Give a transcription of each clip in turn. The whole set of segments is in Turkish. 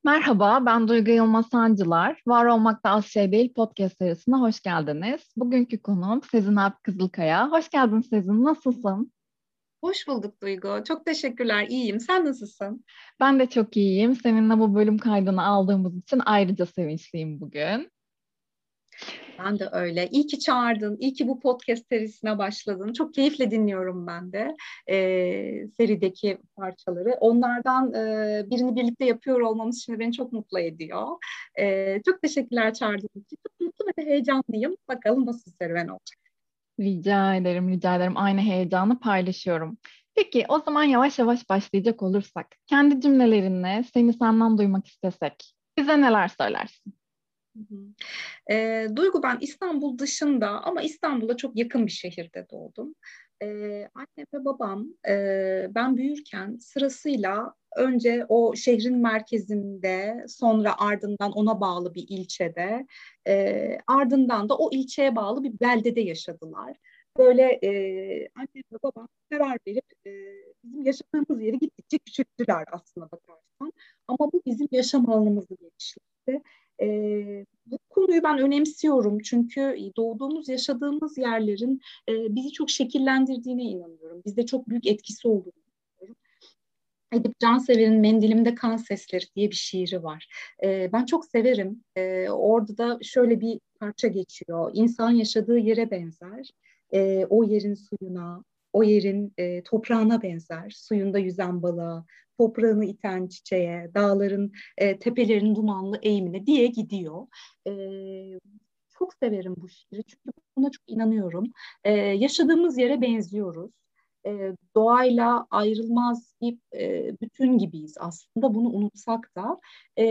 Merhaba, ben Duygu Yılmaz Sancılar. Var Olmakta Az Şey Değil podcast serisine hoş geldiniz. Bugünkü konuğum Sezin Alp Kızılkaya. Hoş geldin Sezin, nasılsın? Hoş bulduk Duygu. Çok teşekkürler. İyiyim. Sen nasılsın? Ben de çok iyiyim. Seninle bu bölüm kaydını aldığımız için ayrıca sevinçliyim bugün. Ben de öyle. İyi ki çağırdın. İyi ki bu podcast serisine başladın. Çok keyifle dinliyorum ben de serideki parçaları. Onlardan birini birlikte yapıyor olmamız şimdi beni çok mutlu ediyor. Çok teşekkürler çağırdığın için. Çok mutlu ve de heyecanlıyım. Bakalım nasıl serüven olacak. Rica ederim, rica ederim. Aynı heyecanı paylaşıyorum. Peki, o zaman yavaş yavaş başlayacak olursak, kendi cümlelerinle seni senden duymak istesek, bize neler söylersin? Hı hı. Duygu, ben İstanbul dışında ama İstanbul'a çok yakın bir şehirde doğdum. Annem ve babam ben büyürken sırasıyla önce o şehrin merkezinde, sonra ardından ona bağlı bir ilçede, ardından da o ilçeye bağlı bir beldede yaşadılar. Böyle annem ve babam karar verip bizim yaşadığımız yeri gittikçe küçülttüler aslına bakarsan. Ama bu bizim yaşam alanımızı genişletti. Bu konuyu ben önemsiyorum çünkü doğduğumuz, yaşadığımız yerlerin bizi çok şekillendirdiğine inanıyorum. Bizde çok büyük etkisi olduğunu inanıyorum. Edip Cansever'in Mendilimde Kan Sesleri diye bir şiiri var. Ben çok severim. Orada da şöyle bir parça geçiyor. İnsan yaşadığı yere benzer. O yerin suyuna, o yerin toprağına benzer. Suyunda yüzen balığa, toprağını iten çiçeğe, dağların, tepelerin dumanlı eğimine diye gidiyor. E, Çok severim bu şiiri çünkü buna çok inanıyorum. Yaşadığımız yere benziyoruz. Doğayla ayrılmaz bir bütün gibiyiz aslında, bunu unutsak da. E,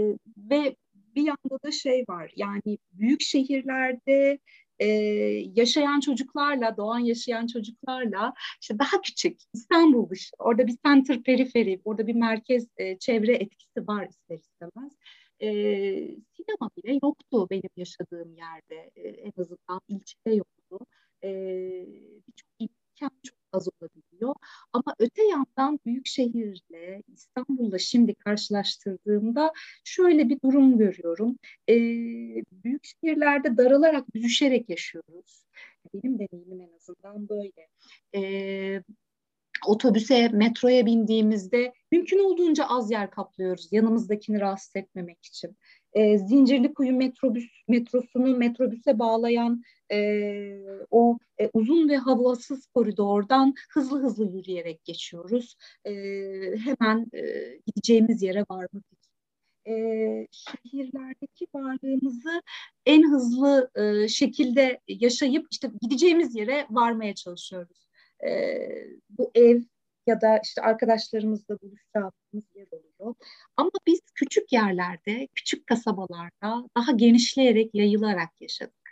Ve bir yanda da şey var, yani büyük şehirlerde e, yaşayan çocuklarla, doğan yaşayan çocuklarla işte daha küçük İstanbul dışı, orada bir center periferi, orada bir merkez çevre etkisi var ister istemez. E, Sinema bile yoktu benim yaşadığım yerde, en azından ilçede yoktu. E, Birçok imkan çok az olabiliyor. Ama öte yandan büyük şehirle İstanbul'la şimdi karşılaştırdığımda şöyle bir durum görüyorum. Büyük şehirlerde daralarak, büzüşerek yaşıyoruz. Benim deneyimim en azından böyle. Ee, Otobüse, metroya bindiğimizde mümkün olduğunca az yer kaplıyoruz yanımızdakini rahatsız etmemek için. Zincirlikuyu metrosunu metrobüse bağlayan uzun ve havasız koridordan hızlı hızlı yürüyerek geçiyoruz. E, Hemen gideceğimiz yere varmak için. Şehirlerdeki varlığımızı en hızlı şekilde yaşayıp işte gideceğimiz yere varmaya çalışıyoruz. Bu ev ya da işte arkadaşlarımızla buluşacağımız yer oluyor. Ama biz küçük yerlerde, küçük kasabalarda daha genişleyerek, yayılarak yaşadık.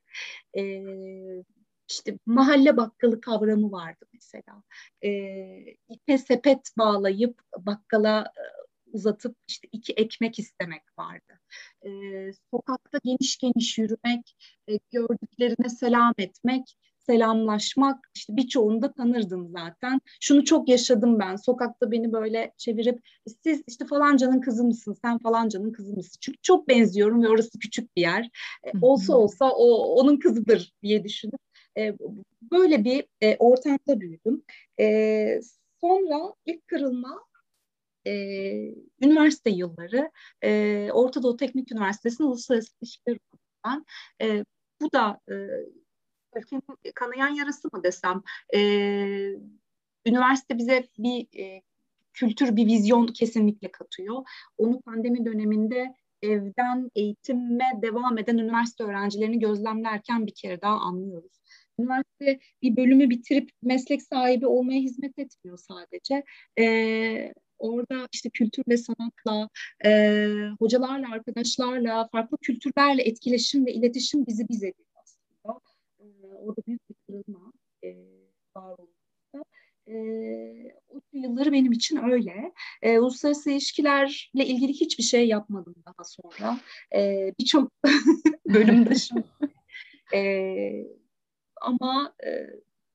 İşte mahalle bakkalı kavramı vardı mesela. İpe sepet bağlayıp bakkala uzatıp işte iki ekmek istemek vardı. Sokakta geniş geniş yürümek, gördüklerine selam etmek, selamlaşmak, işte birçoğunu da tanırdım zaten. Şunu çok yaşadım ben. Sokakta beni böyle çevirip siz işte falancanın kızı mısın, sen falancanın kızı mısın? Çünkü çok benziyorum ve orası küçük bir yer. Hı hı. Olsa olsa o onun kızıdır diye düşünüp böyle bir ortamda büyüdüm. E, Sonra ilk kırılma üniversite yılları, Orta Doğu Teknik Üniversitesi'nin Uluslararası İlişkiler okudum ben. Bu da ülkenin kanayan yarası mı desem, e, üniversite bize bir kültür, bir vizyon kesinlikle katıyor. Onu pandemi döneminde evden eğitime devam eden üniversite öğrencilerini gözlemlerken bir kere daha anlıyoruz. Üniversite bir bölümü bitirip meslek sahibi olmaya hizmet etmiyor sadece. Orada işte kültürle, sanatla, hocalarla, arkadaşlarla, farklı kültürlerle etkileşim ve iletişim bizi biz ediyor aslında. Orada büyük bir kırılma var olmakta. O yılları benim için öyle. Uluslararası ilişkilerle ilgili hiçbir şey yapmadım daha sonra. Birçok bölüm dışında. E, Ama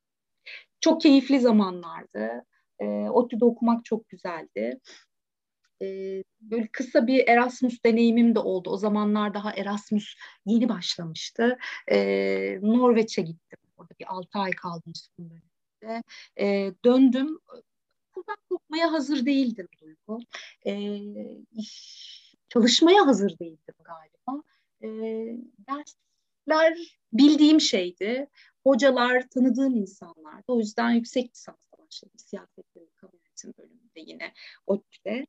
çok keyifli zamanlardı. ODTÜ'de okumak çok güzeldi. Böyle kısa bir Erasmus deneyimim de oldu. O zamanlar daha Erasmus yeni başlamıştı. Norveç'e gittim. Orada bir 6 ay kaldım son dönemde. Döndüm. Okuldan kopmaya hazır değildim Duygu. Çalışmaya hazır değildim galiba. Dersler bildiğim şeydi. Hocalar tanıdığım insanlardı. O yüzden yüksek lisansa başladım. Siyaset ve kamu yönetimi bölümünde yine ODTÜ'de.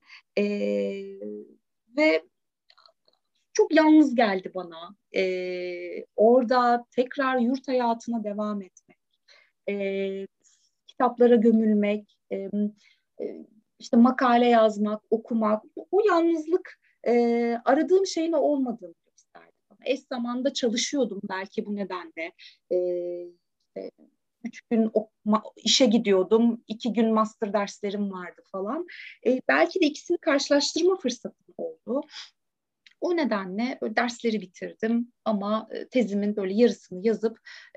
Ve çok yalnız geldi bana. Orada tekrar yurt hayatına devam etmek. Kitaplara gömülmek, işte makale yazmak, okumak, o yalnızlık aradığım şeyin olmadığını gösterdi bana. Eş zamanında çalışıyordum belki bu nedenle. E, işte 3 gün işe gidiyordum, 2 gün master derslerim vardı falan. Belki de ikisini karşılaştırma fırsatım oldu. O nedenle dersleri bitirdim ama tezimin böyle yarısını yazıp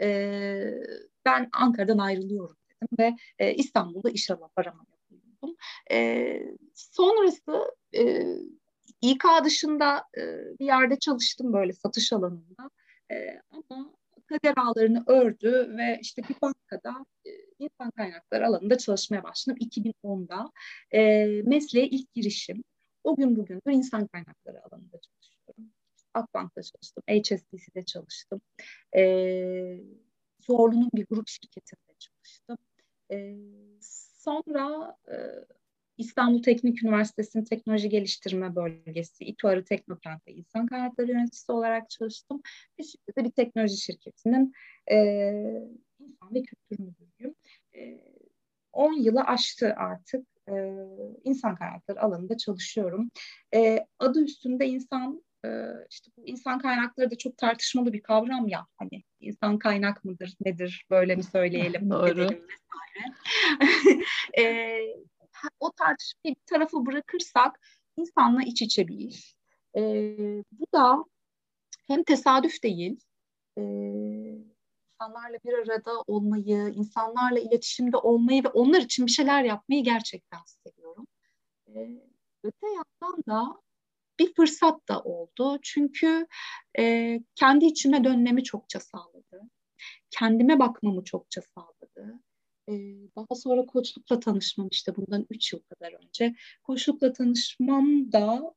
ben Ankara'dan ayrılıyorum dedim ve İstanbul'da iş aramaya koyuldum. Sonrası İK dışında bir yerde çalıştım böyle satış alanında. Ama kader ağlarını ördü ve işte bir bankada insan kaynakları alanında çalışmaya başladım 2010'da. Mesleğe ilk girişim. O gün bugündür insan kaynakları alanında çalışıyorum. Akbank'ta çalıştım, HSBC'de çalıştım. Zorlu'nun bir grup şirketinde çalıştım. Ee, Sonra İstanbul Teknik Üniversitesi'nin Teknoloji Geliştirme Bölgesi, İTÜ Teknokent'te insan kaynakları yöneticisi olarak çalıştım. Bir şirkette bir teknoloji şirketinin e, insan ve kültür müdürüyüm. 10 yılı aştı artık insan kaynakları alanında çalışıyorum. Adı üstünde insan, işte bu insan kaynakları da çok tartışmalı bir kavram ya. Hani insan kaynak mıdır, nedir, böyle mi söyleyelim, Doğru. edelim vesaire. e, O tartışmayı bir tarafa bırakırsak insanla iç içe bir iş. E, Bu da hem tesadüf değil, e, insanlarla bir arada olmayı, insanlarla iletişimde olmayı ve onlar için bir şeyler yapmayı gerçekten seviyorum. Öte yandan da bir fırsat da oldu. Çünkü kendi içime dönmemi çokça sağladı. Kendime bakmamı çokça sağladı. E, Daha sonra koçlukla tanışmam işte bundan 3 yıl kadar önce. Koçlukla tanışmam da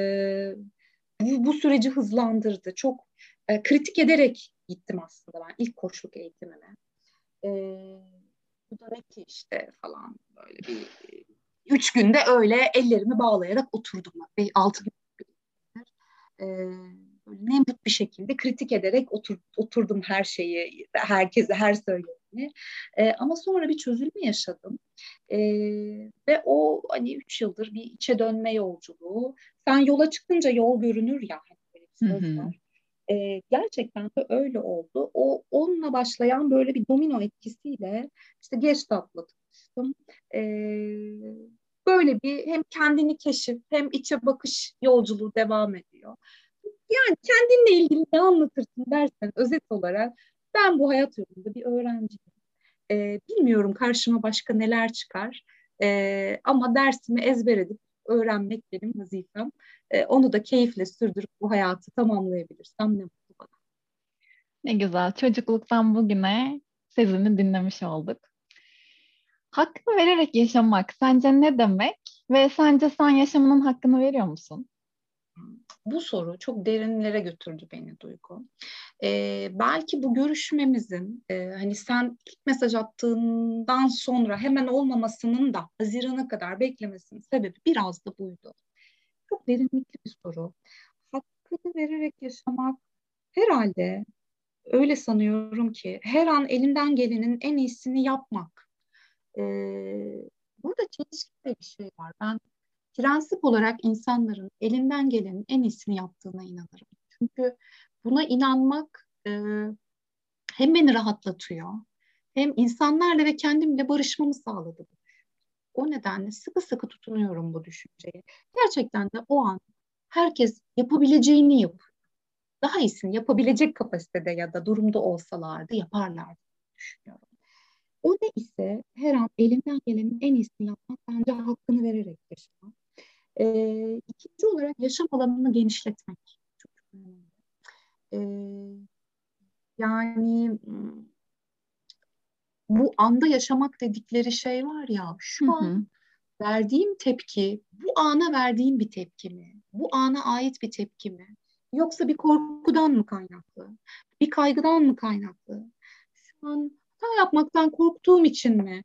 bu süreci hızlandırdı. Çok kritik ederek gittim aslında ben ilk koçluk eğitimime. E, Bu da ne ki işte falan böyle bir 3 günde öyle ellerimi bağlayarak oturdum. 6 gün böyle nemrut bir şekilde kritik ederek oturdum her şeyi, herkese, her söylediğini. Ama sonra bir çözülme yaşadım. E, Ve o hani 3 yıldır bir içe dönme yolculuğu. Sen yola çıkınca yol görünür ya, hani böyle bir Hı söz hı. var. Gerçekten de öyle oldu. Onunla başlayan böyle bir domino etkisiyle işte Gestalt'la tanıştım. Böyle bir hem kendini keşif hem içe bakış yolculuğu devam ediyor. Yani kendinle ilgili ne anlatırsın dersen özet olarak ben bu hayat yolunda bir öğrenciyim. Bilmiyorum karşıma başka neler çıkar. Ama dersimi ezber edip öğrenmek benim vazifem. Onu da keyifle sürdürüp bu hayatı tamamlayabilirsem ne mutlu bana. Ne güzel. Çocukluktan bugüne sözünü dinlemiş olduk. Hakkını vererek yaşamak sence ne demek? Ve sence sen yaşamının hakkını veriyor musun? Bu soru çok derinlere götürdü beni Duygu. Belki bu görüşmemizin hani sen ilk mesaj attığından sonra hemen olmamasının da Haziran'a kadar beklemesinin sebebi biraz da buydu. Çok derinlikli bir soru. Hakkını vererek yaşamak herhalde öyle sanıyorum ki her an elinden gelenin en iyisini yapmak. Burada çelişkili bir şey var. Ben prensip olarak insanların elinden gelenin en iyisini yaptığına inanırım. Çünkü buna inanmak hem beni rahatlatıyor, hem insanlarla ve kendimle barışmamı sağladı. O nedenle sıkı sıkı tutunuyorum bu düşünceye. Gerçekten de o an herkes yapabileceğini yapıyor. Daha iyisini yapabilecek kapasitede ya da durumda olsalardı yaparlardı düşünüyorum. O ne ise her an elinden gelenin en iyisini yapmak bence hakkını vererek yaşamak. İkinci olarak yaşam alanını genişletmek. Çok önemli. Ee, Yani bu anda yaşamak dedikleri şey var ya, Hı şu an hı. verdiğim tepki, bu ana verdiğim bir tepki mi? Bu ana ait bir tepki mi? Yoksa bir korkudan mı kaynaklı? Bir kaygıdan mı kaynaklı? Şu an hata yapmaktan korktuğum için mi?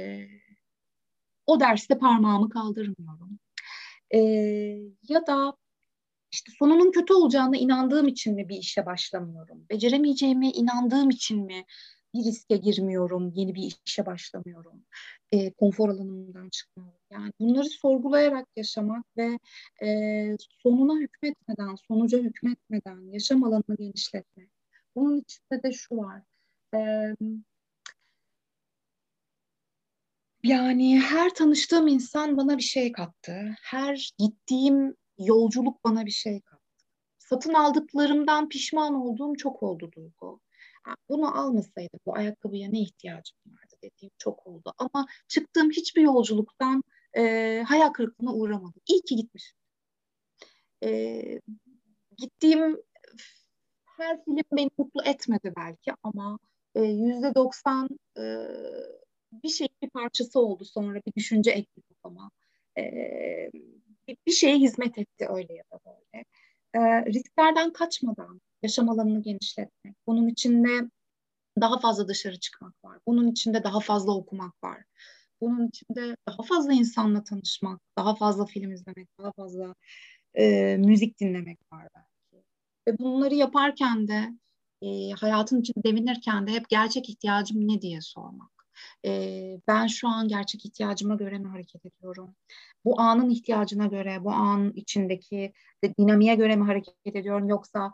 O derste parmağımı kaldırmıyorum. Ya da işte sonunun kötü olacağına inandığım için mi bir işe başlamıyorum? Beceremeyeceğime inandığım için mi bir riske girmiyorum, yeni bir işe başlamıyorum? Konfor alanımdan çıkmıyorum. Yani bunları sorgulayarak yaşamak ve sonuna hükmetmeden, sonuca hükmetmeden yaşam alanını genişletmek. Bunun içinde de şu var. E, Yani her tanıştığım insan bana bir şey kattı. Her gittiğim yolculuk bana bir şey kattı. Satın aldıklarımdan pişman olduğum çok oldu Duygu. Ha, bunu almasaydım bu ayakkabıya ne ihtiyacım vardı dediğim çok oldu. Ama çıktığım hiçbir yolculuktan hayal kırıklığına uğramadım. İyi ki gitmişim. E, Gittiğim her film beni mutlu etmedi belki ama %90 bir şeyin bir parçası oldu, sonra bir düşünce ekledim ama e, bir şeye hizmet etti öyle ya da böyle. Risklerden kaçmadan yaşam alanını genişletmek, bunun içinde daha fazla dışarı çıkmak var. Bunun içinde daha fazla okumak var. Bunun içinde daha fazla insanla tanışmak, daha fazla film izlemek, daha fazla müzik dinlemek var belki. Ve bunları yaparken de hayatın içinde devinirken de hep gerçek ihtiyacım ne diye sormak. Ben şu an gerçek ihtiyacıma göre mi hareket ediyorum? Bu anın ihtiyacına göre, bu an içindeki dinamiğe göre mi hareket ediyorum? Yoksa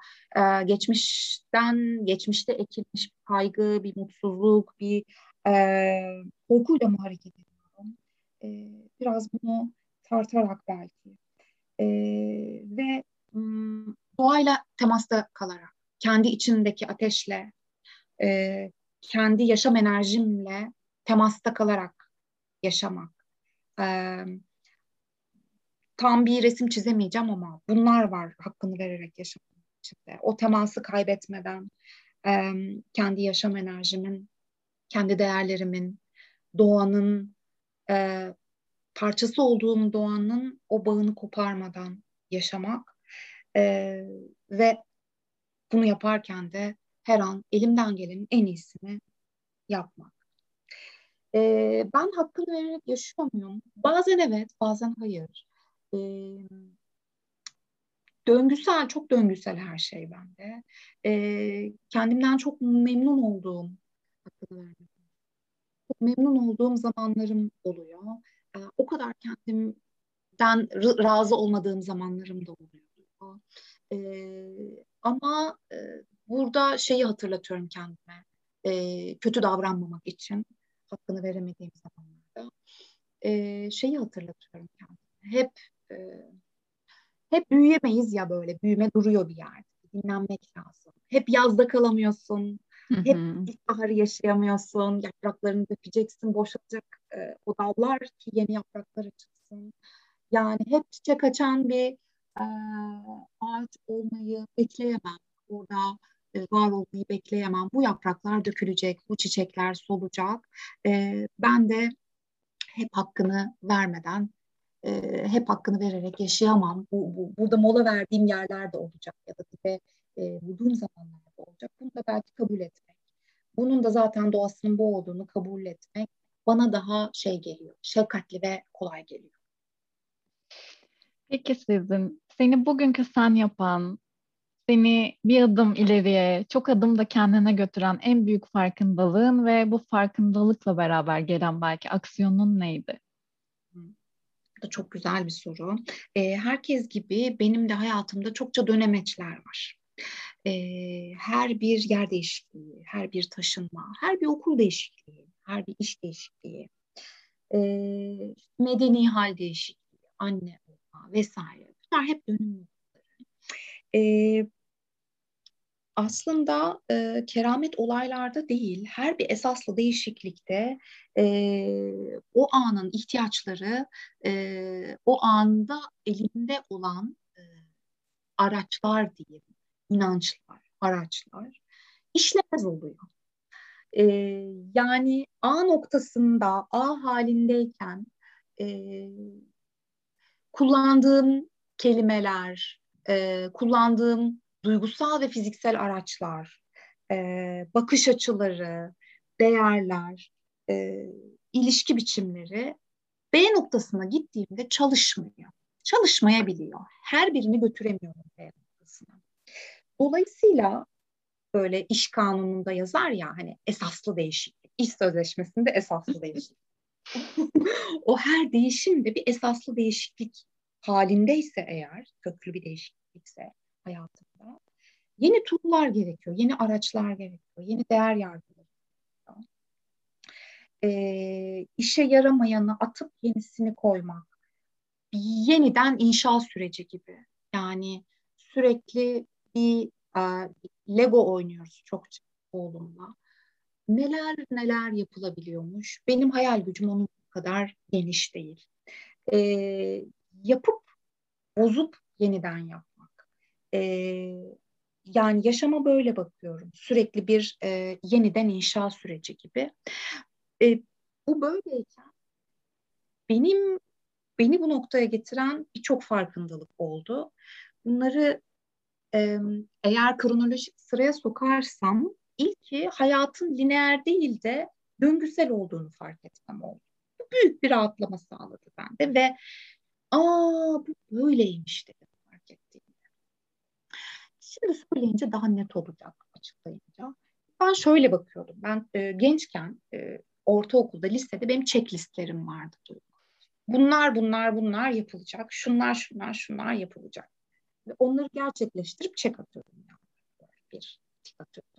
geçmişte ekilmiş bir kaygı, bir mutsuzluk, bir korkuyla mı hareket ediyorum? Biraz bunu tartarak belki. Ve doğayla temasta kalarak, kendi içindeki ateşle, e, kendi yaşam enerjimle temasta kalarak yaşamak. E, Tam bir resim çizemeyeceğim ama bunlar var hakkını vererek yaşamak içinde. O teması kaybetmeden kendi yaşam enerjimin, kendi değerlerimin, doğanın e, parçası olduğum doğanın o bağını koparmadan yaşamak. E, Ve bunu yaparken de her an elimden gelenin en iyisini yapmak. Ben hakkını vererek yaşıyor muyum? Bazen evet, bazen hayır. E, Döngüsel, çok döngüsel her şey bende. Kendimden çok memnun olduğum, hakkını vermek, çok memnun olduğum zamanlarım oluyor. O kadar kendimden razı olmadığım zamanlarım da oluyor. Ama burada şeyi hatırlatıyorum kendime. Kötü davranmamak için hakkını veremediğim zamanlarda. Şeyi hatırlatıyorum kendime. E, Hep büyüyemeyiz ya böyle. Büyüme duruyor bir yerde. Dinlenmek lazım. Hep yazda kalamıyorsun. Hı Hep hı. ilkbaharı yaşayamıyorsun. Yapraklarını dökeceksin. Boşalacak o dallar ki yeni yapraklar açılsın. Yani hep çiçek açan bir e, ağaç olmayı bekleyemem. Orada var olmayı bekleyemem. Bu yapraklar dökülecek. Bu çiçekler solacak. Ben de hep hakkını vermeden hep hakkını vererek yaşayamam. Burada mola verdiğim yerler de olacak ya da dibe vurduğum zamanlar da olacak. Bunu da belki kabul etmek. Bunun da zaten doğasının bu olduğunu kabul etmek bana daha şey geliyor. Şefkatli ve kolay geliyor. Peki sizin, seni bugünkü sen yapan, seni bir adım ileriye, çok adım da kendine götüren en büyük farkındalığın ve bu farkındalıkla beraber gelen belki aksiyonun neydi? Bu da çok güzel bir soru. Herkes gibi benim de hayatımda çokça dönemeçler var. Her bir yer değişikliği, her bir taşınma, her bir okul değişikliği, her bir iş değişikliği, medeni hal değişikliği, anne olma vesaire. Bunlar hep dönüm noktaları. Aslında keramet olaylarda değil, her bir esaslı değişiklikte o anın ihtiyaçları, o anda elinde olan araçlar diyelim, inançlar, araçlar işlemez oluyor. E, Yani A noktasında, A halindeyken e, kullandığım kelimeler, kullandığım duygusal ve fiziksel araçlar, bakış açıları, değerler, e, ilişki biçimleri B noktasına gittiğimde çalışmıyor. Çalışmayabiliyor. Her birini götüremiyorum B noktasına. Dolayısıyla böyle iş kanununda yazar ya hani esaslı değişiklik. İş sözleşmesinde esaslı değişiklik. O her değişim de bir esaslı değişiklik halindeyse eğer, köklü bir değişiklikse hayatımda, yeni tool'lar gerekiyor, yeni araçlar gerekiyor, yeni değer yargıları gerekiyor. İşe yaramayanı atıp yenisini koymak, bir yeniden inşa süreci gibi. Yani sürekli bir Lego oynuyoruz çokça oğlumla. Neler neler yapılabiliyormuş. Benim hayal gücüm onun kadar geniş değil. Ee, Yapıp bozup yeniden yapmak. Ee, Yani yaşama böyle bakıyorum. Sürekli bir yeniden inşa süreci gibi. Ee, Bu böyleyken benim beni bu noktaya getiren birçok farkındalık oldu. Bunları e, eğer kronolojik sıraya sokarsam ilki hayatın lineer değil de döngüsel olduğunu fark etmem oldu. Bu büyük bir rahatlama sağladı bende ve bu böyleymiş dedim fark ettiğim. Şimdi söyleyince daha net olacak açıklayınca. Ben şöyle bakıyordum. Ben gençken ortaokulda, lisede benim checklistlerim vardı. Bunlar yapılacak. Şunlar yapılacak. Ve onları gerçekleştirip check atıyordum. Yani. Bir tik atıyordum.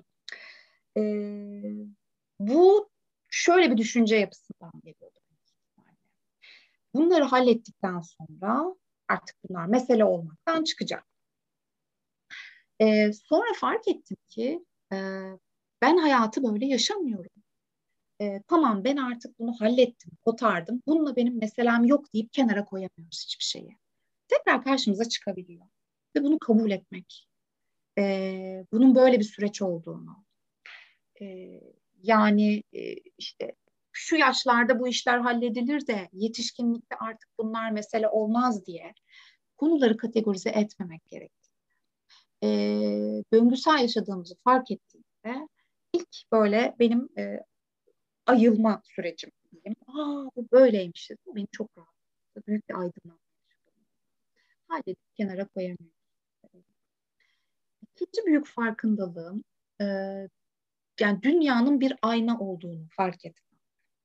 Bu şöyle bir düşünce yapısından geliyordu. Bunları hallettikten sonra artık bunlar mesele olmaktan çıkacak. Sonra fark ettim ki e, ben hayatı böyle yaşamıyorum. Tamam ben artık bunu hallettim, kotardım. Bununla benim meselem yok deyip kenara koyamıyoruz hiçbir şeyi. Tekrar karşımıza çıkabiliyor. Ve bunu kabul etmek. Bunun böyle bir süreç olduğunu. E, Yani işte şu yaşlarda bu işler halledilir de yetişkinlikte artık bunlar mesele olmaz diye konuları kategorize etmemek gerek. Döngüsel yaşadığımızı fark ettiğimde ilk böyle benim ayılma sürecim diyeyim. Bu böyleymiş dedim. Beni çok rahatlattı. Büyük bir aydınlanma. Halledip kenara koyamıyorum. İkinci büyük farkındalığım e, yani dünyanın bir ayna olduğunu fark ettim.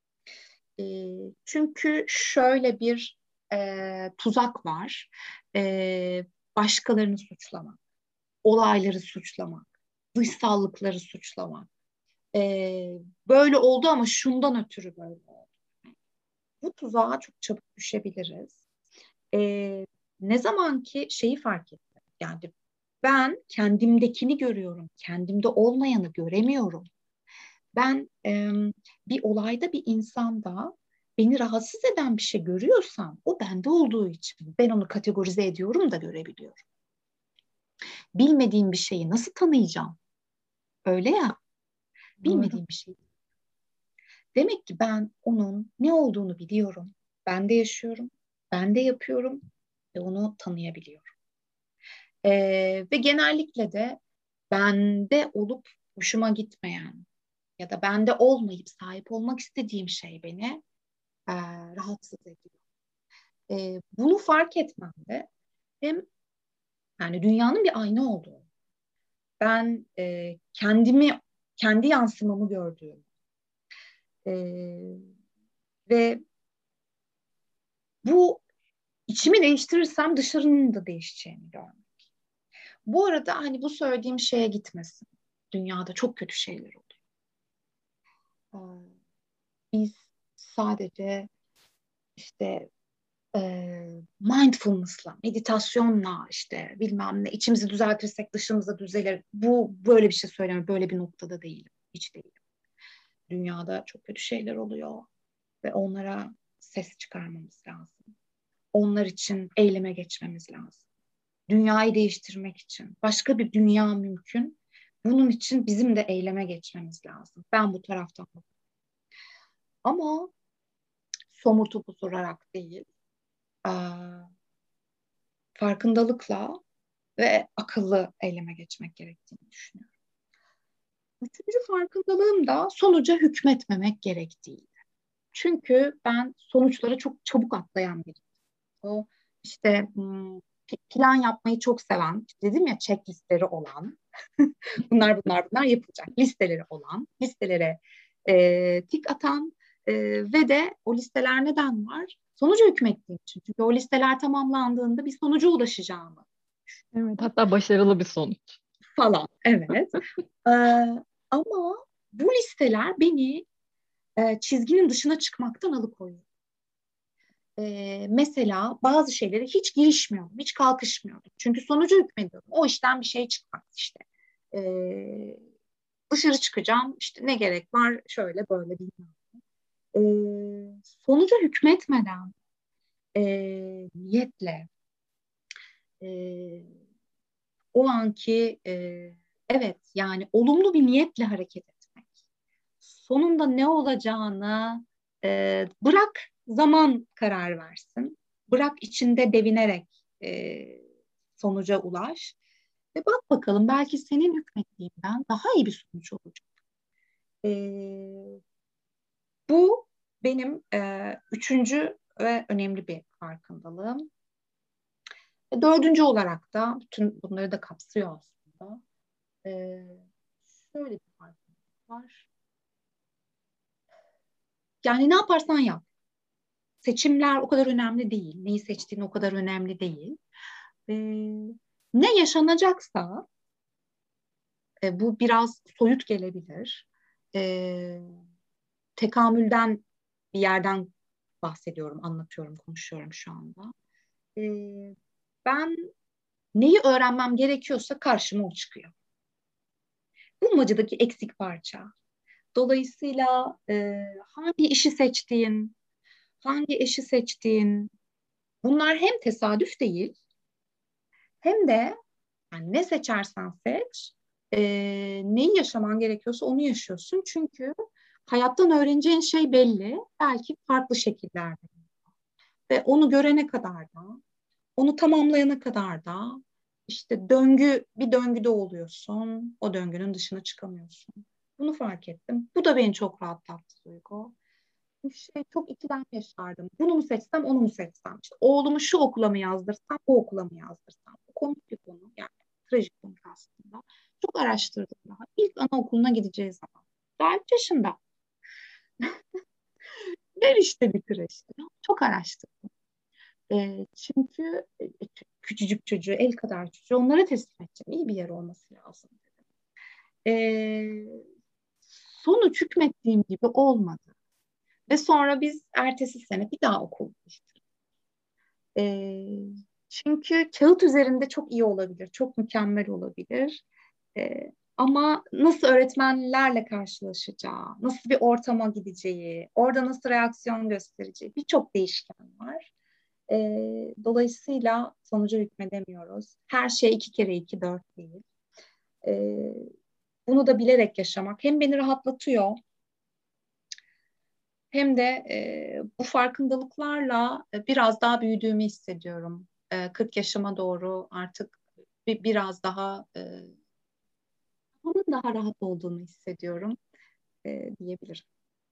Çünkü şöyle bir tuzak var. Başkalarını suçlamak, olayları suçlamak, dışsallıkları suçlamak. Böyle oldu ama şundan ötürü böyle oldu. Bu tuzağa çok çabuk düşebiliriz. Ne zaman ki şeyi fark ettim. Yani ben kendimdekini görüyorum, kendimde olmayanı göremiyorum. Ben bir olayda bir insanda beni rahatsız eden bir şey görüyorsam o bende olduğu için ben onu kategorize ediyorum da görebiliyorum. Bilmediğim bir şeyi nasıl tanıyacağım? Öyle ya, Doğru. bilmediğim bir şeyi. Demek ki ben onun ne olduğunu biliyorum. Ben de yaşıyorum, ben de yapıyorum ve onu tanıyabiliyorum. Ve genellikle de bende olup hoşuma gitmeyen ya da bende olmayıp sahip olmak istediğim şey beni rahatsız ediyor. Bunu fark etmemde hem yani dünyanın bir ayna olduğu, ben kendi yansımamı gördüğüm e, ve bu içimi değiştirirsem dışarının da değişeceğini görmek. Bu arada hani bu söylediğim şeye gitmesin. Dünyada çok kötü şeyler oluyor. Biz sadece işte mindfulness'la, meditasyonla işte bilmem ne içimizi düzeltirsek dışımıza düzelir. Bu böyle bir şey söylemiyorum. Böyle bir noktada değilim. Hiç değilim. Dünyada çok kötü şeyler oluyor ve onlara ses çıkarmamız lazım. Onlar için eyleme geçmemiz lazım. Dünyayı değiştirmek için başka bir dünya mümkün. Bunun için bizim de eyleme geçmemiz lazım. Ben bu taraftan bakıyorum. Ama somurtup oturarak değil, farkındalıkla ve akıllı eyleme geçmek gerektiğini düşünüyorum. Üçüncü farkındalığım da sonuca hükmetmemek gerektiği. Çünkü ben sonuçlara çok çabuk atlayan biriyim. O işte plan yapmayı çok seven, dedim ya checklistleri olan, bunlar yapılacak listeleri olan, listelere tik atan ve de o listeler neden var? Sonuca hükmettiğim için. Çünkü o listeler tamamlandığında bir sonuca ulaşacağımı. Evet, hatta başarılı bir sonuç. Falan, evet. Ama bu listeler beni çizginin dışına çıkmaktan alıkoyuyor. Mesela bazı şeylere hiç girişmiyordum, hiç kalkışmıyordum. Çünkü sonucu hükmediyorum. O işten bir şey çıkmaz işte. Dışarı çıkacağım, işte ne gerek var, şöyle böyle bilmem. Sonuca hükmetmeden, niyetle, o anki, evet yani olumlu bir niyetle hareket etmek. Sonunda ne olacağını bırak zaman karar versin. Bırak içinde devinerek sonuca ulaş. Ve bak bakalım belki senin hükmettiğinden daha iyi bir sonuç olacak. E, Bu benim üçüncü ve önemli bir farkındalığım. Dördüncü olarak da bütün bunları da kapsıyor aslında. E, Şöyle bir farkındalık var. Yani ne yaparsan yap. Seçimler o kadar önemli değil. Neyi seçtiğin o kadar önemli değil. E, Ne yaşanacaksa bu biraz soyut gelebilir. E, Tekamülden bir yerden bahsediyorum, anlatıyorum, konuşuyorum şu anda. E, Ben neyi öğrenmem gerekiyorsa karşıma o çıkıyor. Bulmacadaki eksik parça. Dolayısıyla hangi işi seçtiğin, hangi eşi seçtiğin, bunlar hem tesadüf değil, hem de yani ne seçersen seç, neyi yaşaman gerekiyorsa onu yaşıyorsun. Çünkü hayattan öğreneceğin şey belli, belki farklı şekillerde. Ve onu görene kadar da, onu tamamlayana kadar da işte bir döngüde oluyorsun, o döngünün dışına çıkamıyorsun. Bunu fark ettim. Bu da beni çok rahatlattı Duygu. Çok ikilem yaşardım. Bunu mu seçsem, onu mu seçsem? İşte oğlumu şu okula mı yazdırsam, bu okula mı yazdırsam? Bu komik bir konu. Yani trajikomik aslında. Çok araştırdım daha. İlk anaokuluna gideceği zaman. Daha 3 yaşında. Ver işte bir kreşte. Çok araştırdım. Çünkü küçücük çocuğu, el kadar çocuğu onlara teslim edeceğim. İyi bir yer olması lazım dedim. Sonuç hükmettiğim gibi olmadı. Ve sonra biz ertesi sene bir daha okul değiştirdik. Çünkü kağıt üzerinde çok iyi olabilir, çok mükemmel olabilir. Ama nasıl öğretmenlerle karşılaşacağı, nasıl bir ortama gideceği, orada nasıl reaksiyon göstereceği birçok değişken var. Dolayısıyla sonuca hükmedemiyoruz. Her şey 2 kere 2 4 değil. Ee, Bunu da bilerek yaşamak hem beni rahatlatıyor, hem de bu farkındalıklarla biraz daha büyüdüğümü hissediyorum. 40 yaşıma doğru artık biraz daha onun daha rahat olduğunu hissediyorum diyebilirim.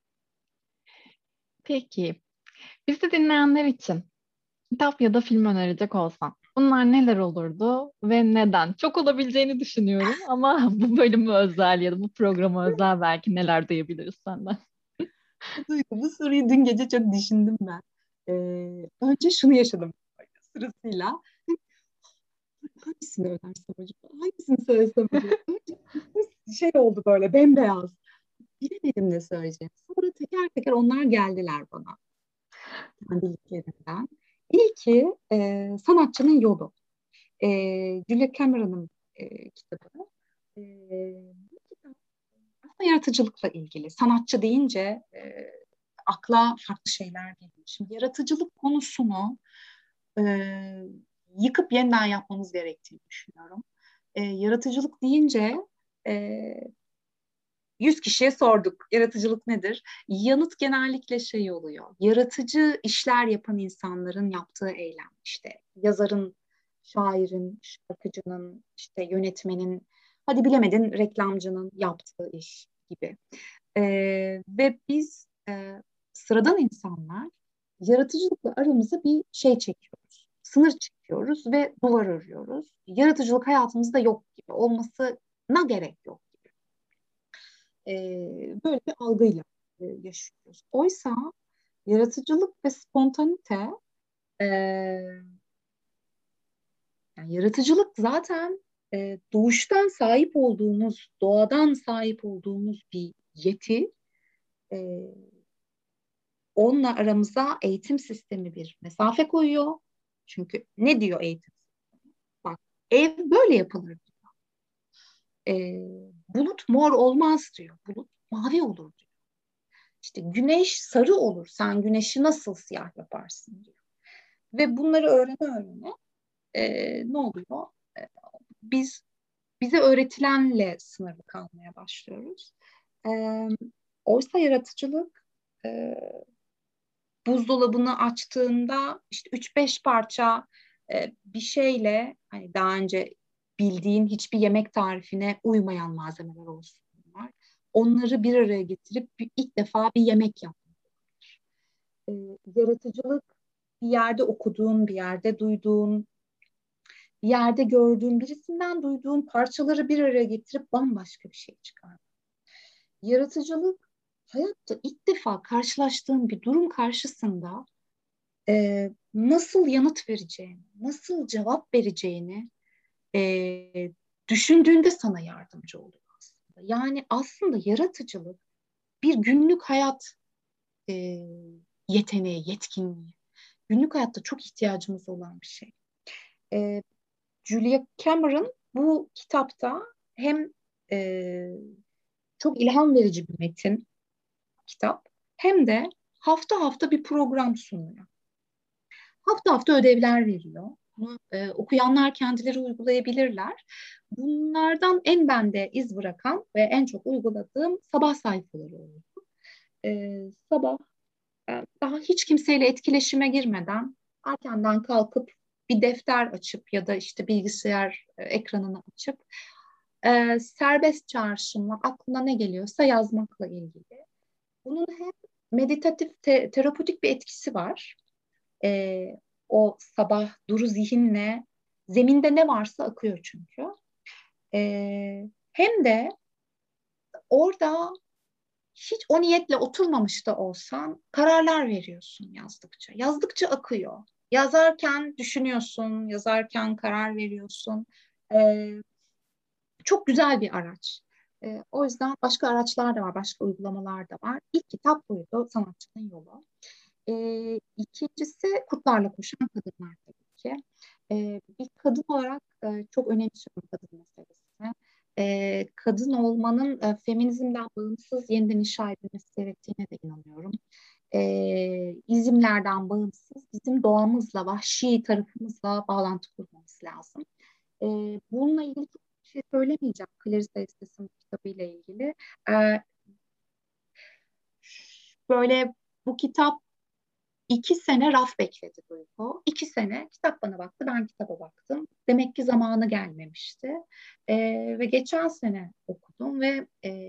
Peki, bizi dinleyenler için kitap ya da film önerecek olsan bunlar neler olurdu ve neden? Çok olabileceğini düşünüyorum ama bu bölümü özel ya da bu programa özel belki neler duyabiliriz senden. Duygu, bu soruyu dün gece çok düşündüm ben. Önce şunu yaşadım sırasıyla. Hangisini önersem acaba? Hangisini söylesem acaba? Önce şey oldu böyle bembeyaz. Bilemedim ne söyleyeceğim. Sonra teker teker onlar geldiler bana. Kendiliklerinden. İlki Sanatçının Yolu. Julia Cameron'ın kitabı. E, Bu kitap aslında yaratıcılıkla ilgili. Sanatçı deyince akla farklı şeyler geliyor. Şimdi yaratıcılık konusunu e, yıkıp yeniden yapmamız gerektiğini düşünüyorum. Yaratıcılık deyince e, 100 kişiye sorduk. Yaratıcılık nedir? Yanıt genellikle şey oluyor. Yaratıcı işler yapan insanların yaptığı eylem. İşte yazarın, şairin, şarkıcının, işte yönetmenin, hadi bilemedin reklamcının yaptığı iş gibi. Ve biz sıradan insanlar yaratıcılıkla aramıza bir şey çekiyoruz. Sınır çekiyoruz ve duvar örüyoruz. Yaratıcılık hayatımızda yok gibi. Olmasına gerek yok. e, Böyle bir algıyla yaşıyoruz. Oysa yaratıcılık ve spontanite, e, yani yaratıcılık zaten doğuştan sahip olduğumuz, doğadan sahip olduğumuz bir yeti. E, Onunla aramıza eğitim sistemi bir mesafe koyuyor. Çünkü ne diyor eğitim? Bak, ev böyle yapılır. E, Bulut mor olmaz diyor. Bulut mavi olur diyor. İşte güneş sarı olur. Sen güneşi nasıl siyah yaparsın diyor. Ve bunları öğrene ne oluyor? E, biz Bize öğretilenle sınırlı kalmaya başlıyoruz. E, Oysa yaratıcılık, e, buzdolabını açtığında işte 3-5 parça bir şeyle, hani daha önce bildiğin hiçbir yemek tarifine uymayan malzemeler olsun bunlar. Onları bir araya getirip ilk defa bir yemek yap. e, Yaratıcılık bir yerde okuduğun, bir yerde duyduğun, bir yerde gördüğün, birisinden duyduğun parçaları bir araya getirip bambaşka bir şey çıkar. Yaratıcılık hayatta ilk defa karşılaştığın bir durum karşısında nasıl yanıt vereceğini, nasıl cevap vereceğini düşündüğünde sana yardımcı oluyor aslında. Yani aslında yaratıcılık bir günlük hayat e, yeteneği, yetkinliği. Günlük hayatta çok ihtiyacımız olan bir şey. E, Julia Cameron bu kitapta hem e, çok ilham verici bir metin kitap, hem de hafta hafta bir program sunuyor. Hafta hafta ödevler veriyor. Bunu okuyanlar kendileri uygulayabilirler. Bunlardan en bende iz bırakan ve en çok uyguladığım sabah sayfaları oldu. Sabah daha hiç kimseyle etkileşime girmeden erkenden kalkıp bir defter açıp ya da işte bilgisayar ekranını açıp serbest çağrışımla aklına ne geliyorsa yazmakla ilgili. Bunun hem meditatif, terapötik bir etkisi var. E, O sabah duru zihinle zeminde ne varsa akıyor çünkü. Hem de orada hiç o niyetle oturmamış da olsan kararlar veriyorsun yazdıkça. Yazdıkça akıyor. Yazarken düşünüyorsun, yazarken karar veriyorsun. Ee, Çok güzel bir araç. O yüzden başka araçlar da var, başka uygulamalar da var. İlk kitap buydu, Sanatçının Yolu. İkincisi Kurtlarla Koşan Kadınlar tabii ki. Bir kadın olarak çok önemsiyorum kadın meselesini. Kadın olmanın feminizmden bağımsız yeniden inşa edilmesi gerektiğine de inanıyorum. İzimlerden bağımsız bizim doğamızla, vahşi tarafımızla bağlantı kurmamız lazım. Bununla ilgili çok bir şey söylemeyeceğim. Clarissa Estes'in kitabıyla ilgili. Ee, Böyle bu kitap 2 sene raf bekledi Duygu. 2 sene kitap bana baktı, ben kitaba baktım. Demek ki zamanı gelmemişti. Ve geçen sene okudum ve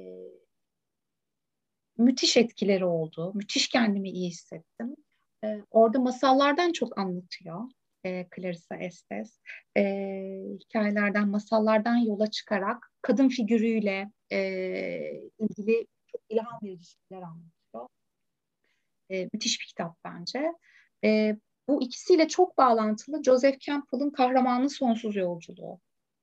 müthiş etkileri oldu. Müthiş kendimi iyi hissettim. Orada masallardan çok anlatıyor Clarissa Estes. Hikayelerden, masallardan yola çıkarak kadın figürüyle ilgili çok ilham verici şeyler anlatıyor. Müthiş bir kitap bence. Bu ikisiyle çok bağlantılı Joseph Campbell'ın Kahramanın Sonsuz Yolculuğu.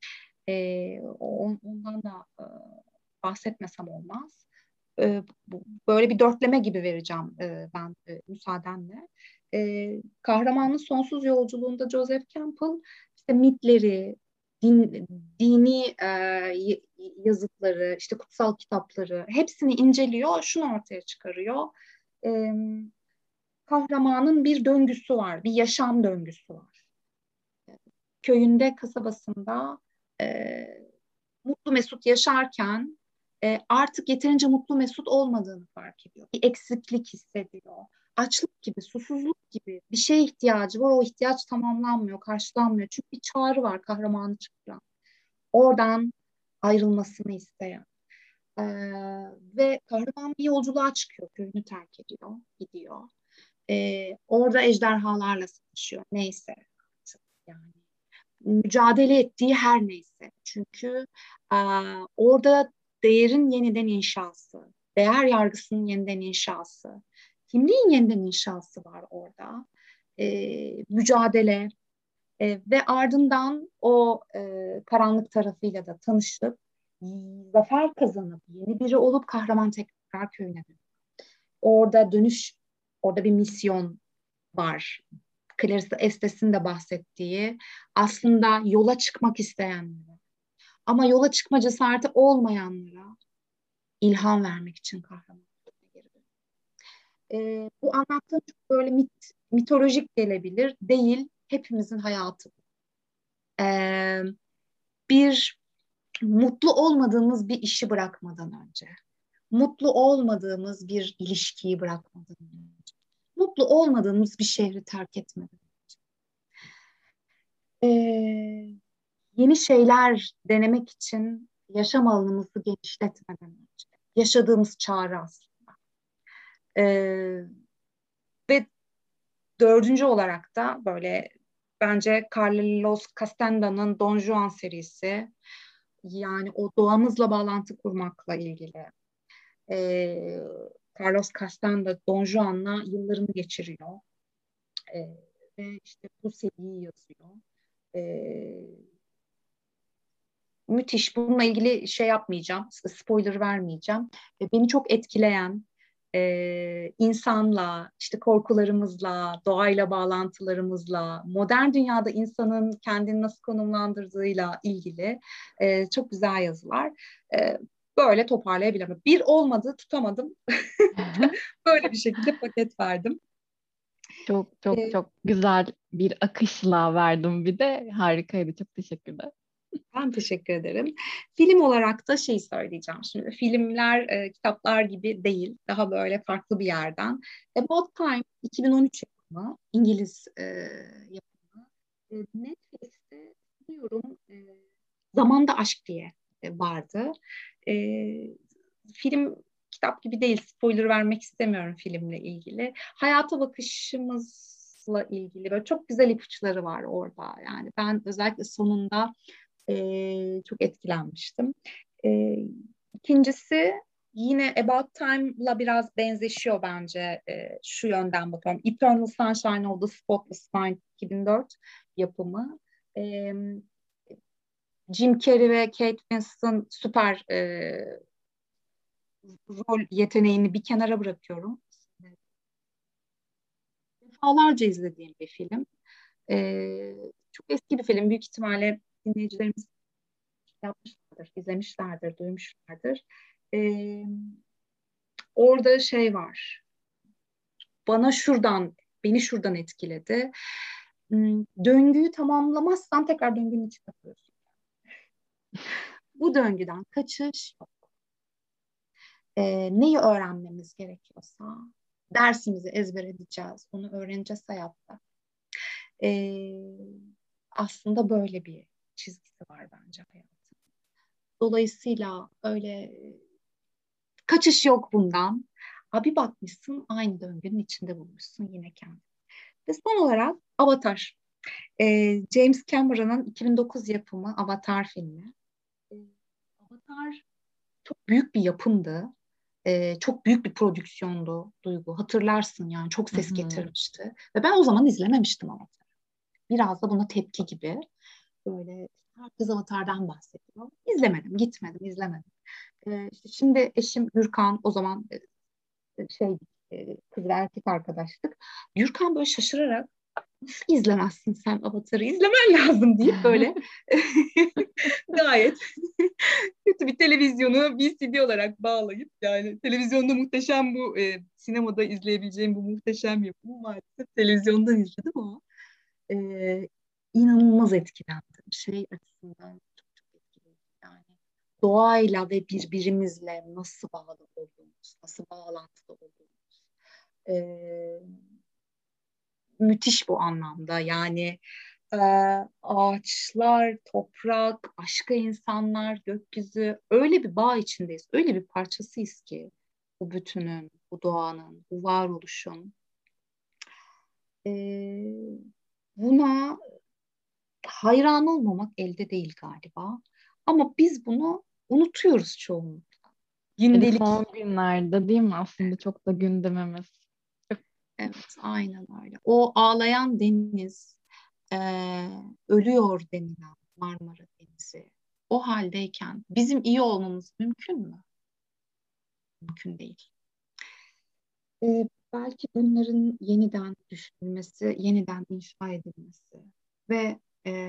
Ondan da bahsetmesem olmaz. Böyle bir dörtleme gibi vereceğim ben müsaadenle. Kahramanın sonsuz yolculuğunda Joseph Campbell işte mitleri, dini yazıtları, işte kutsal kitapları hepsini inceliyor, şunu ortaya çıkarıyor. E, Kahramanın bir döngüsü var, bir yaşam döngüsü var. Köyünde, kasabasında mutlu mesut yaşarken artık yeterince mutlu mesut olmadığını fark ediyor. Bir eksiklik hissediyor. Açlık gibi, susuzluk gibi bir şeye ihtiyacı var. O ihtiyaç tamamlanmıyor, karşılanmıyor. Çünkü bir çağrı var kahramanı çıkaran. Oradan ayrılmasını isteyen. Ee, Ve kahraman bir yolculuğa çıkıyor. Köyünü terk ediyor, gidiyor. Orada ejderhalarla savaşıyor. Neyse. Yani mücadele ettiği her neyse. Çünkü orada değerin yeniden inşası, değer yargısının yeniden inşası, kimliğin yeniden inşası var orada. Mücadele ve ardından o karanlık tarafıyla da tanışıp zafer kazanıp yeni biri olup kahraman tekrar köyüne dönüyor. Orada dönüş, orada bir misyon var. Clarissa Estes'in de bahsettiği aslında yola çıkmak isteyenlere ama yola çıkma cesareti olmayanlara ilham vermek için kahraman geri dönüyor. Bu anlattığım çok böyle mitolojik gelebilir. Değil, hepimizin hayatı. Ee, Bir mutlu olmadığımız bir işi bırakmadan önce, mutlu olmadığımız bir ilişkiyi bırakmadan önce, mutlu olmadığımız bir şehri terk etmeden yeni şeyler denemek için yaşam alanımızı genişletmeden önce. Yaşadığımız çağrı aslında. Ve dördüncü olarak da böyle bence Carlos Castanda'nın Don Juan serisi, yani o doğamızla bağlantı kurmakla ilgili. Ee, Carlos Castanda Don Juan'la yıllarını geçiriyor. Ee, Ve işte bu seriyi yazıyor. Ee, Müthiş. Bununla ilgili şey yapmayacağım, spoiler vermeyeceğim. Beni çok etkileyen, insanla, işte korkularımızla, doğayla bağlantılarımızla, modern dünyada insanın kendini nasıl konumlandırdığıyla ilgili çok güzel yazılar. Böyle toparlayabilirim. Bir olmadı, tutamadım. Böyle bir şekilde paket verdim. Çok çok E, çok güzel bir akışla verdim bir de. Harikaydı. Çok teşekkürler. Ben teşekkür ederim. Film olarak da şey söyleyeceğim şimdi. Filmler kitaplar gibi değil. Daha böyle farklı bir yerden. About Time 2013 yapımı. İngiliz yapımı. Netflix'te biliyorum Zamanda Aşk diye vardı. E, Film kitap gibi değil. Spoiler vermek istemiyorum filmle ilgili. Hayata bakışımızla ilgili böyle çok güzel ipuçları var orada. Yani ben özellikle sonunda çok etkilenmiştim. E, ikincisi yine About Time'la biraz benzeşiyor bence şu yönden bakıyorum. Eternal Sunshine of the Spotless Mind 2004 yapımı. E, Jim Carrey ve Kate Winslet'ın süper rol yeteneğini bir kenara bırakıyorum. Defalarca izlediğim bir film. Çok eski bir film. Büyük ihtimalle dinleyicilerimiz yapmışlardır, izlemişlerdir, duymuşlardır. Ee, Orada şey var. Beni şuradan etkiledi. Döngüyü tamamlamazsan tekrar döngünün içine kalıyorsun. Bu döngüden kaçış yok. Neyi öğrenmemiz gerekiyorsa dersimizi ezber edeceğiz, onu öğreneceğiz hayatta. Ee, Aslında böyle bir çizgisi var bence hayatın. Dolayısıyla öyle kaçış yok bundan. Bir bakmışsın aynı döngünün içinde bulmuşsun yine kendini. Ve son olarak Avatar. James Cameron'ın 2009 yapımı Avatar filmi. Ee, Avatar çok büyük bir yapımdı. Çok büyük bir prodüksiyondu Duygu. Hatırlarsın yani çok Hı ses hı. getirmişti. Ve ben o zaman izlememiştim Avatar'ı. Biraz da buna tepki gibi. Böyle herkes Avatar'dan bahsediyor. İzlemedim, gitmedim, izlemedim. İşte şimdi eşim Gürkan o zaman şey kız ve erkek arkadaştık. Gürkan böyle şaşırarak nasıl izlemezsin sen Avatar'ı? İzlemen lazım deyip böyle gayet kötü bir televizyonu VCD olarak bağlayıp yani televizyonda muhteşem bu sinemada izleyebileceğim bu muhteşem yapımı maalesef televizyondan izledim ama e, inanılmaz etkilendim. Şey açısından çok etkileyici. Yani doğayla ve birbirimizle nasıl bağlı olduğumuz, nasıl bağlantıda olduğumuz. E, Müthiş bu anlamda. Yani e, ağaçlar, toprak, başka insanlar, gökyüzü öyle bir bağ içindeyiz. Öyle bir parçasıyız ki bu bütünün, bu doğanın, bu varoluşun. E, Buna hayran olmamak elde değil galiba. Ama biz bunu unutuyoruz çoğunlukla. Hele Gündelik. son günlerde değil mi aslında çok da gündemimiz. Çok Evet, aynen öyle. O ağlayan deniz, eee, ölüyor denilen Marmara Denizi. O haldeyken bizim iyi olmamız mümkün mü? Mümkün değil. Belki bunların yeniden düşünülmesi, yeniden inşa edilmesi ve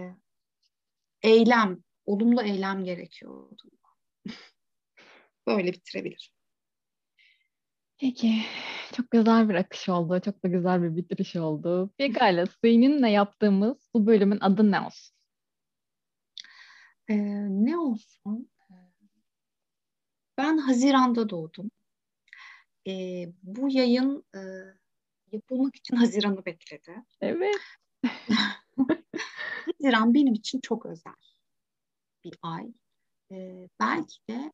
eylem, olumlu eylem gerekiyordu. Böyle bitirebilir. Peki, çok güzel bir akış oldu. Çok da güzel bir bitiriş oldu. Pekala, seninle yaptığımız bu bölümün adı ne olsun? Ne olsun? Ben Haziran'da doğdum. Bu yayın yapılmak için Haziran'ı bekledi. Evet. Haziran benim için çok özel bir ay. Belki de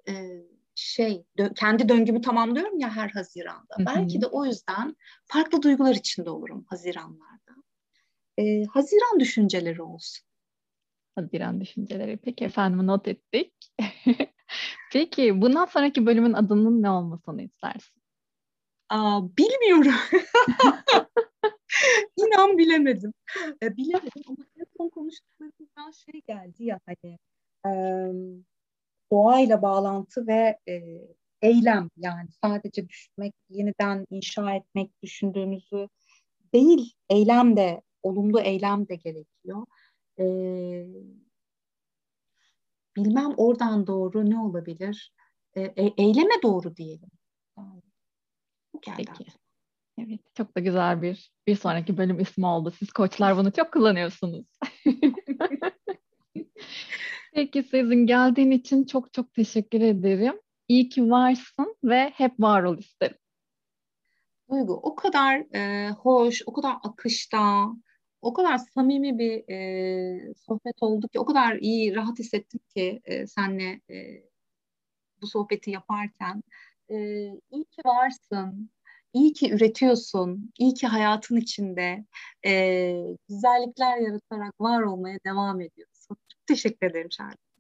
kendi döngümü tamamlıyorum ya her Haziran'da. Hı Belki hı. de o yüzden farklı duygular içinde olurum Haziranlarda. Haziran düşünceleri olsun. Haziran düşünceleri. Peki efendim not ettik. Peki bundan sonraki bölümün adının ne olmasını istersin? Bilmiyorum. İnan bilemedim. Bilemedim ama en son konuştuklarımızdan şey geldi ya hani e, doğayla bağlantı ve eylem yani sadece düşünmek, yeniden inşa etmek, düşündüğümüzü değil, eylem de, olumlu eylem de gerekiyor. E, Bilmem oradan doğru ne olabilir? Eyleme doğru diyelim. Yani, bu geldi Peki. aklıma. Evet, çok da güzel bir sonraki bölüm ismi oldu. Siz koçlar bunu çok kullanıyorsunuz. Peki sizin geldiğin için çok çok teşekkür ederim. İyi ki varsın ve hep var ol isterim. Duygu o kadar hoş, o kadar akışta, o kadar samimi bir sohbet oldu ki, o kadar iyi, rahat hissettim ki senle bu sohbeti yaparken. E, iyi ki varsın, iyi ki üretiyorsun, iyi ki hayatın içinde güzellikler yaratarak var olmaya devam ediyorsun. Çok teşekkür ederim Şermin.